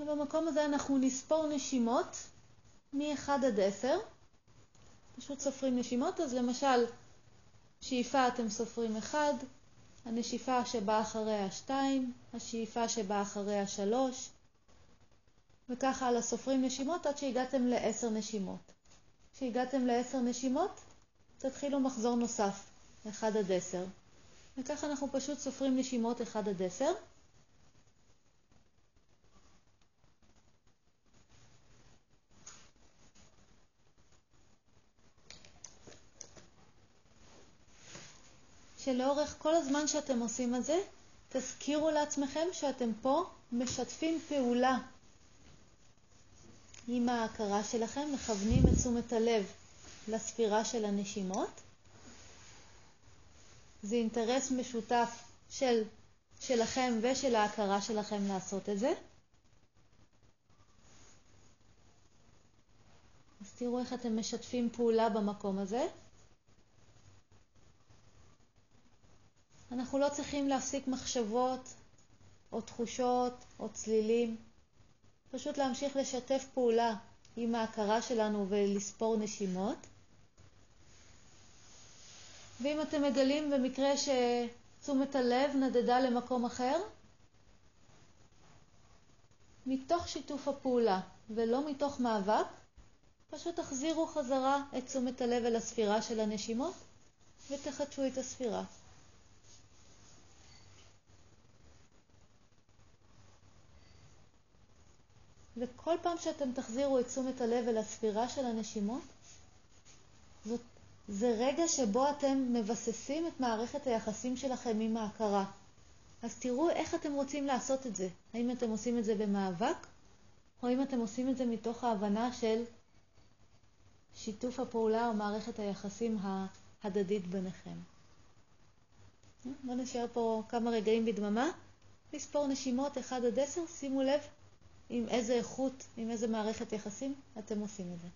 ובמקום הזה אנחנו נספור נשימות מ-אחד עד עשר. פשוט סופרים נשימות, אז למשל, שאיפה אתם סופרים אחד, הנשיפה שבאה אחריה שתיים, השאיפה שבאה אחריה שלוש, וככה על הסופרים נשימות עד שהגעתם לעשר נשימות. כשהגעתם לעשר נשימות, תתחילו מחזור נוסף, אחד עד עשר. וככה אנחנו פשוט סופרים נשימות אחד עד עשר. שלאורך כל הזמן שאתם עושים את זה, תזכירו לעצמכם שאתם פה משתפים פעולה עם ההכרה שלכם, מכוונים את תשומת הלב לספירה של הנשימות. זה אינטרס משותף של, שלכם ושל ההכרה שלכם לעשות את זה. אז תראו איך אתם משתפים פעולה במקום הזה. אנחנו לא צריכים להפסיק מחשבות או תחושות או צלילים. פשוט להמשיך לשתף פעולה עם ההכרה שלנו ולספור נשימות. ואם אתם מגלים במקרה שתשומת הלב נדדה למקום אחר, מתוך שיתוף הפעולה ולא מתוך מאבק, פשוט תחזירו חזרה את תשומת הלב אל הספירה של הנשימות ותחדשו את הספירה. וכל פעם שאתם תחזירו את תשומת הלב אל הספירה של הנשימות, זאת, זה רגע שבו אתם מבססים את מערכת היחסים שלכם עם ההכרה. אז תראו איך אתם רוצים לעשות את זה. האם אתם עושים את זה במאבק, או האם אתם עושים את זה מתוך ההבנה של שיתוף הפעולה או מערכת היחסים ההדדית ביניכם. בואו נשאר פה כמה רגעים בדממה. לספור נשימות אחד עד עשר, שימו לב עם איזה איכות, עם איזה מערכת יחסים אתם עושים את זה.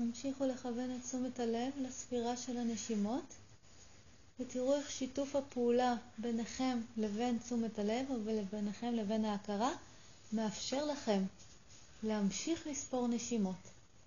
תמשיכו לכוון את תשומת הלב לספירה של הנשימות, ותראו איך שיתוף הפעולה ביניכם לבין תשומת הלב וביניכם לבין ההכרה מאפשר לכם להמשיך לספור נשימות.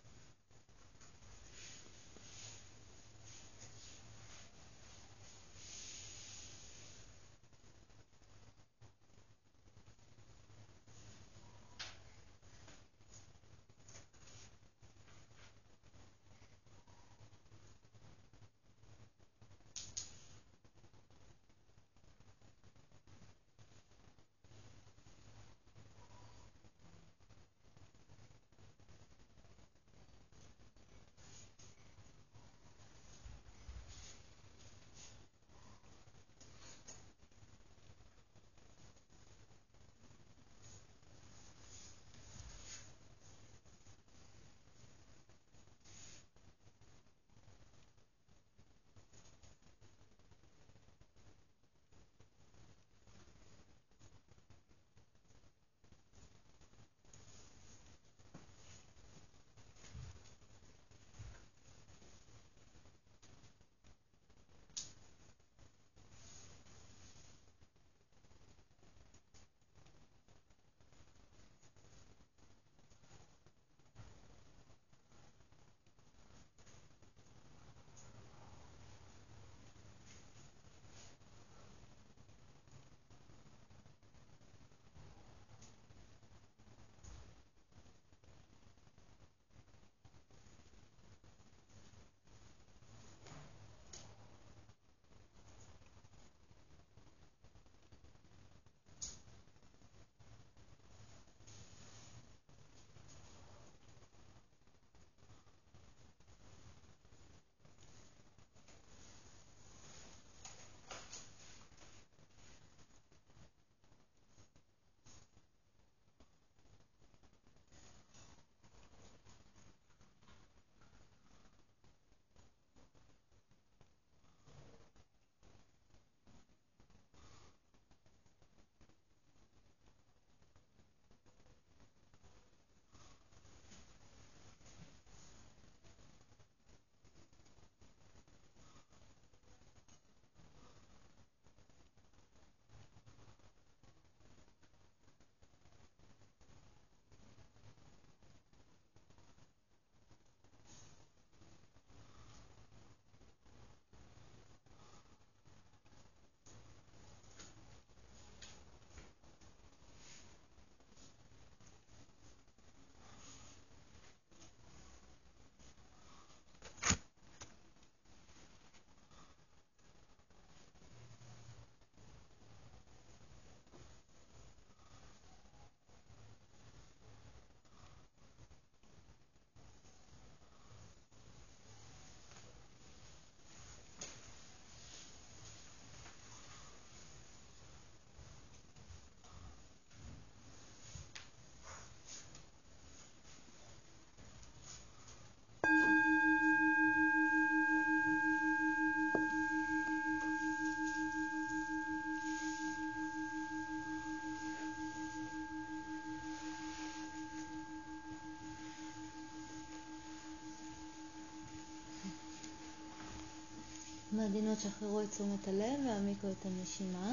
בעדינות שחררו את תשומת הלב והעמיקו את הנשימה.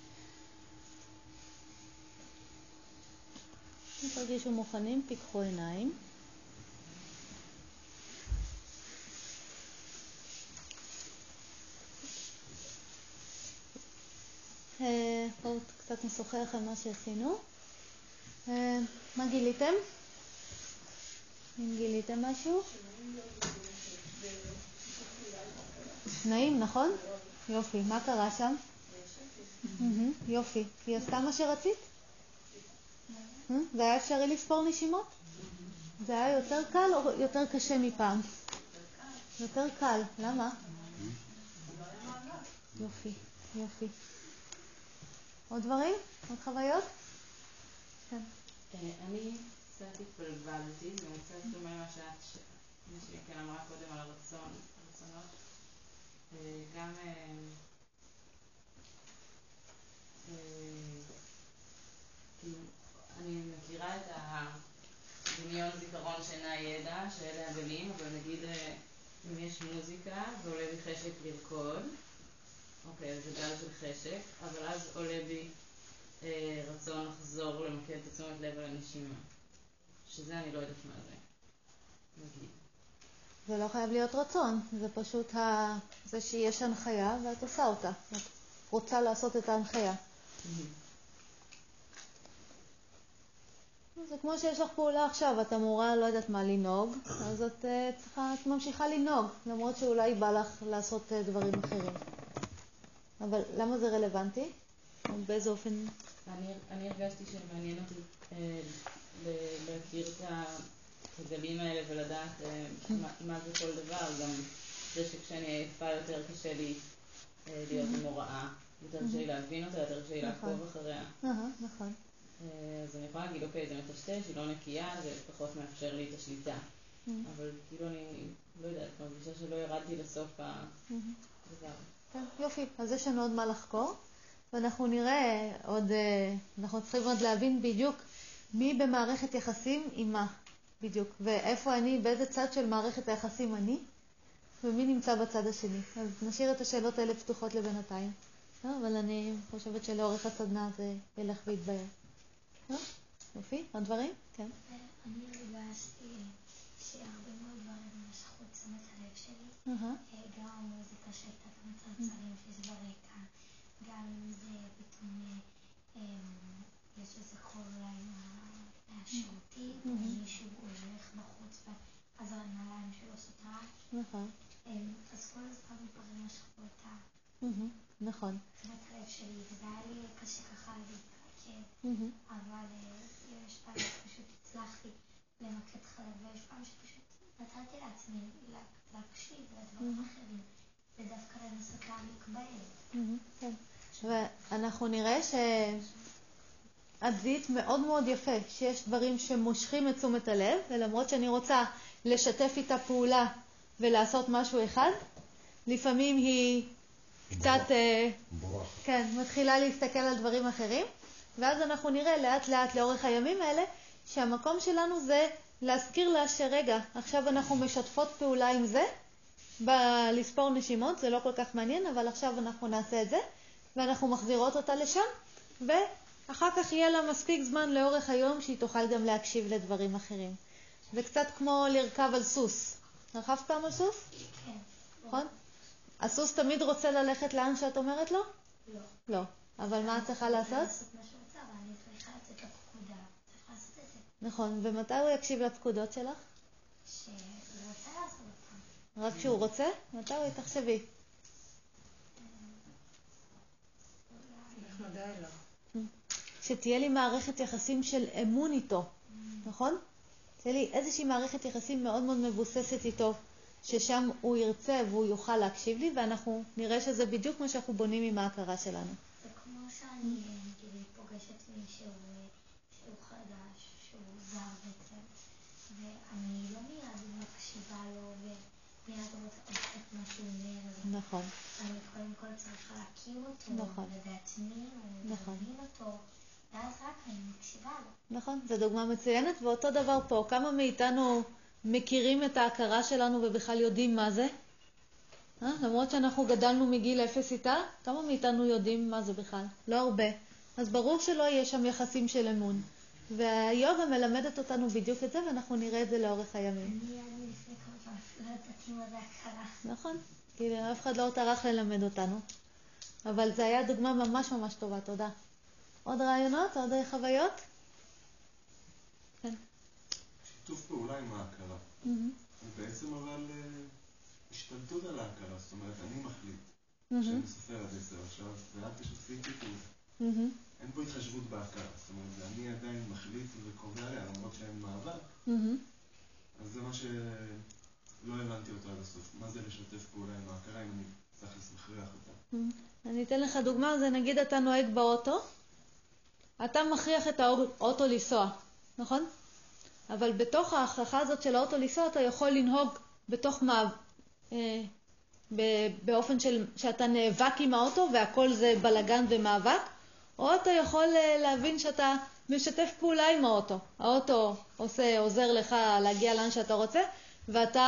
תרגישו מוכנים, פיקחו עיניים. בואו קצת נשוחח על מה שעשינו. מה גיליתם? אם גיליתם משהו? נעים, נכון? יופי. מה קרה שם? יופי. היא עשתה מה שרצית? זה היה אפשרי לספור נשימות? זה היה יותר קל או יותר קשה מפעם? יותר קל. למה? יופי, יופי. עוד דברים? עוד חוויות? כן. אני קצת התבלבלתי, זה קצת דומה למה שאת, מה שכן אמרה קודם על הרצון, הרצונות. גם אני מכירה את הדמיון זיכרון שאינה ידע, שאלה הגלים, אבל נגיד יש מוזיקה ועולה בי חשק לרקוד, אוקיי, אז זה גל של חשק, אבל אז עולה בי אה, רצון לחזור למקד את תשומת לב על הנשימה, שזה אני לא יודעת מה זה, נגיד. זה לא חייב להיות רצון, זה פשוט ה... זה שיש הנחיה ואת עושה אותה, את רוצה לעשות את ההנחיה. זה כמו שיש לך פעולה עכשיו, את אמורה, לא יודעת מה, לנהוג, אז את צריכה, את ממשיכה לנהוג, למרות שאולי בא לך לעשות דברים אחרים. אבל למה זה רלוונטי? באיזה אופן? אני, אני הרגשתי שמעניין אותי אה, להכיר את הגלים האלה ולדעת אה, מה, מה זה כל דבר, גם זה שכשאני עייפה יותר קשה לי אה, להיות עם הוראה, יותר קשה לי להבין אותה, יותר קשה לי לעקוב אחריה. נכון. אז אני יכולה להגיד, אוקיי, זה מטשטש, היא לא נקייה, זה פחות מאפשר לי את השליטה. אבל כאילו אני לא יודעת, מרגישה שלא ירדתי לסוף הדבר. כן, יופי. אז יש לנו עוד מה לחקור, ואנחנו נראה עוד, אנחנו צריכים עוד להבין בדיוק מי במערכת יחסים עם מה, בדיוק, ואיפה אני, באיזה צד של מערכת היחסים אני, ומי נמצא בצד השני. אז נשאיר את השאלות האלה פתוחות לבינתיים. אבל אני חושבת שלאורך הסדנה זה ילך ויתבהר. יופי, עוד דברים? כן. אני הרגשתי שהרבה מאוד דברים משכו את תשומת הלב שלי. גם המוזיקה שהייתה במצלצלים שיש ברקע, גם אם זה פתאום יש איזה קול אולי מהשירותים, מישהו הולך בחוץ ואז הנעליים שלו סותרה. אז כל הזמן דברים משכו את נכון. תשומת הלב שלי, וזה היה לי קשה ככה להתרכז, אבל יש פעם שפשוט הצלחתי למקד חלב, ויש פעם שפשוט נתתי לעצמי להקשיב לדברים אחרים, ודווקא לנסות להעמיק בהם. כן. ואנחנו נראה שאת זיהית מאוד מאוד יפה, שיש דברים שמושכים את תשומת הלב, ולמרות שאני רוצה לשתף איתה פעולה ולעשות משהו אחד, לפעמים היא קצת, כן, מתחילה להסתכל על דברים אחרים, ואז אנחנו נראה לאט לאט לאורך הימים האלה, שהמקום שלנו זה להזכיר לה שרגע, עכשיו אנחנו משתפות פעולה עם זה, בלספור נשימות, זה לא כל כך מעניין, אבל עכשיו אנחנו נעשה את זה, ואנחנו מחזירות אותה לשם, ואחר כך יהיה לה מספיק זמן לאורך היום, שהיא תוכל גם להקשיב לדברים אחרים. זה קצת כמו לרכב על סוס. רכבת פעם על סוס? כן. נכון? הסוס תמיד רוצה ללכת לאן שאת אומרת לו? לא. לא. אבל מה את צריכה לעשות? לעשות מה שרוצה, אבל אני צריכה לצאת לפקודה. צריכה לעשות את זה. נכון. ומתי הוא יקשיב לפקודות שלך? שהוא רוצה לעשות אותם. רק כשהוא רוצה? מתי הוא תחשבי? נחמדה אליו. שתהיה לי מערכת יחסים של אמון איתו. נכון? תהיה לי איזושהי מערכת יחסים מאוד מאוד מבוססת איתו. ששם הוא ירצה והוא יוכל להקשיב לי, ואנחנו נראה שזה בדיוק מה שאנחנו בונים עם ההכרה שלנו. זה כמו שאני נגיד פוגשת מישהו שהוא חדש, שהוא זר בעצם, ואני לא מיד מקשיבה לו ומיד רוצה את מה שהוא אומר. נכון. אני קודם כל צריכה להכיר אותו, נכון. לדעת מי, להבין אותו, ואז רק אני מקשיבה לו. נכון, זו דוגמה מצוינת, ואותו דבר פה. כמה מאיתנו מכירים את ההכרה שלנו ובכלל יודעים מה זה? אה? למרות שאנחנו גדלנו מגיל אפס איתה, כמה מאיתנו יודעים מה זה בכלל? לא הרבה. אז ברור שלא יהיה שם יחסים של אמון. והיוגה מלמדת אותנו בדיוק את זה, ואנחנו נראה את זה לאורך הימים. אני אני לפני כמה פעם לא ידעתי מה זה הכרה. נכון, כי אף אחד לא טרח ללמד אותנו. אבל זה היה דוגמה ממש ממש טובה, תודה. עוד רעיונות? עוד חוויות? כן. שיתוף פעולה עם ההכרה. זה בעצם אבל השתלטות על ההכרה, זאת אומרת, אני מחליט שאני סופר עד עשר עכשיו, ואת תשתפי פעולה. אין פה התחשבות בהכרה, זאת אומרת, אני עדיין מחליט וקובע עליה, למרות שאין מאבק. אז זה מה שלא הבנתי אותו עד הסוף. מה זה לשתף פעולה עם ההכרה, אם אני צריך להכריח אותה? אני אתן לך דוגמה, זה נגיד אתה נוהג באוטו, אתה מכריח את האוטו לנסוע, נכון? אבל בתוך ההכרחה הזאת של האוטו לנסוע, אתה יכול לנהוג בתוך מה... אה, באופן של, שאתה נאבק עם האוטו והכל זה בלגן ומאבק, או אתה יכול להבין שאתה משתף פעולה עם האוטו. האוטו עושה, עוזר לך להגיע לאן שאתה רוצה, ואתה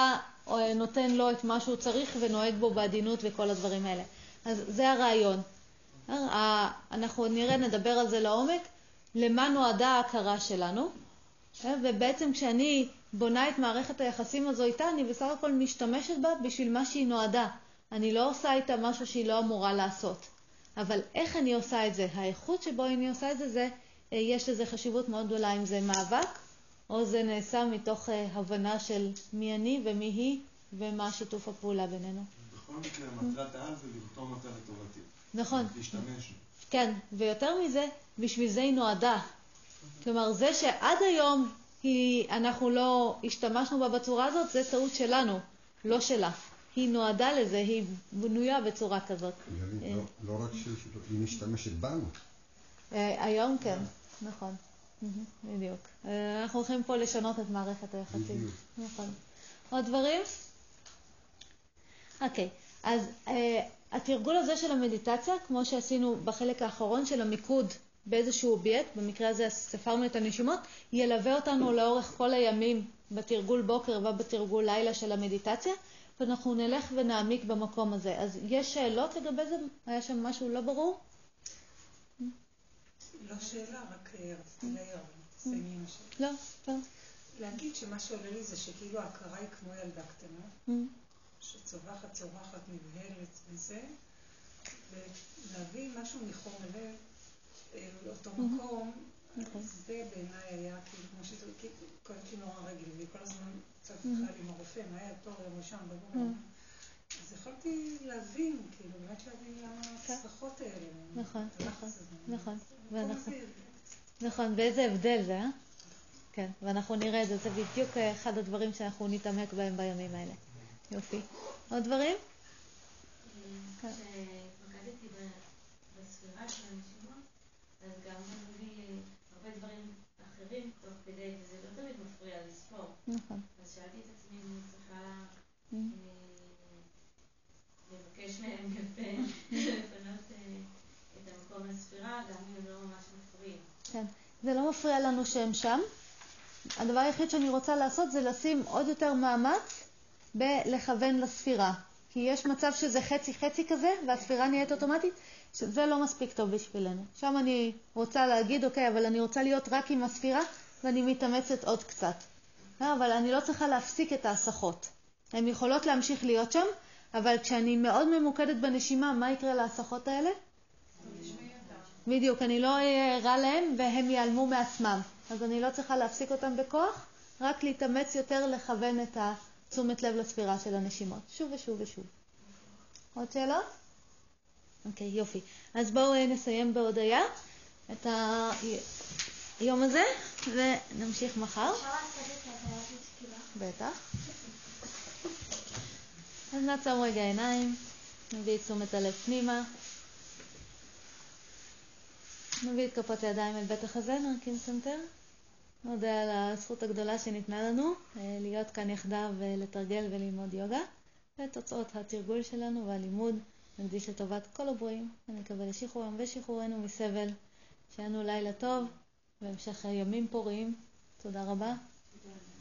נותן לו את מה שהוא צריך ונוהג בו בעדינות וכל הדברים האלה. אז זה הרעיון. אנחנו נראה, נדבר על זה לעומק, למה נועדה ההכרה שלנו, ובעצם כשאני בונה את מערכת היחסים הזו איתה, אני בסך הכל משתמשת בה בשביל מה שהיא נועדה. אני לא עושה איתה משהו שהיא לא אמורה לעשות. אבל איך אני עושה את זה? האיכות שבו אני עושה את זה, זה יש לזה חשיבות מאוד גדולה, אם זה מאבק, או זה נעשה מתוך הבנה של מי אני ומי היא, ומה שיתוף הפעולה בינינו. בכל מקרה, מטרת העל זה לרתום אותה לטובתי. נכון. להשתמש. כן, ויותר מזה, בשביל זה היא נועדה. כלומר, זה שעד היום היא, אנחנו לא השתמשנו בה בצורה הזאת, זה טעות שלנו, לא שלה. היא נועדה לזה, היא בנויה בצורה כזאת. לא רק שהיא משתמשת בנו. היום כן, נכון. בדיוק. אנחנו הולכים פה לשנות את מערכת היחסים. נכון. עוד דברים? אוקיי, אז התרגול הזה של המדיטציה, כמו שעשינו בחלק האחרון של המיקוד באיזשהו אובייקט, במקרה הזה ספרנו את הנשימות, ילווה אותנו לאורך כל הימים בתרגול בוקר ובתרגול לילה של המדיטציה, ואנחנו נלך ונעמיק במקום הזה. אז יש שאלות לגבי זה? היה שם משהו לא ברור? לא שאלה, רק רציתי להעיר, תסיימי עם השאלה. לא, טוב. להגיד שמה שעולה לי זה שכאילו ההכרה היא כמו ילדה קטנה, שצווחת, צורחת, נבהלת וזה, ולהביא משהו מחום הלב לאותו מקום, זה בעיניי היה כאילו כמו שתרקית, כואבת לי נורא רגל, והיא כל הזמן קצת בכלל עם הרופא, מה היה טוב, יום ראשון, בגורם. אז יכולתי להבין, כאילו, באמת להבין למה הצרחות האלה. נכון, נכון, נכון. נכון, ואיזה הבדל זה, אה? כן, ואנחנו נראה את זה, זה בדיוק אחד הדברים שאנחנו נתעמק בהם בימים האלה. יופי. עוד דברים? כשפגדתי בספירה של הנשימות, אז גם אמרו לי הרבה דברים אחרים תוך כדי, וזה לא תמיד מפריע לספור. נכון. אז שאלתי את עצמי אם אני צריכה לבקש מהם לפנות את המקום לספירה, גם אם הם לא ממש מפריעים. כן, זה לא מפריע לנו שהם שם. הדבר היחיד שאני רוצה לעשות זה לשים עוד יותר מאמץ בלכוון לספירה. כי יש מצב שזה חצי-חצי כזה, והספירה נהיית אוטומטית, שזה לא מספיק טוב בשבילנו. שם אני רוצה להגיד, אוקיי, אבל אני רוצה להיות רק עם הספירה, ואני מתאמצת עוד קצת. אבל אני לא צריכה להפסיק את ההסחות. הן יכולות להמשיך להיות שם, אבל כשאני מאוד ממוקדת בנשימה, מה יקרה להסחות האלה? בדיוק, אני לא אראה להם והם ייעלמו מעצמם. אז אני לא צריכה להפסיק אותם בכוח, רק להתאמץ יותר לכוון את תשומת לב לספירה של הנשימות. שוב ושוב ושוב. עוד שאלות? אוקיי, יופי. אז בואו נסיים בהודיה את היום הזה, ונמשיך מחר. אפשר לעשות את ההודיה בתפילה? בטח. אז נעצום רגע עיניים, נביא את תשומת הלב פנימה. נביא את כפות הידיים אל בית החזה, נרכין סנטר. נודה על הזכות הגדולה שניתנה לנו להיות כאן יחדיו ולתרגל וללמוד יוגה. ותוצאות התרגול שלנו והלימוד נקדיש לטובת כל הבריאים. אני מקווה לשחרורם ושחרורנו מסבל. שיהיה לנו לילה טוב והמשך ימים פוריים. תודה רבה.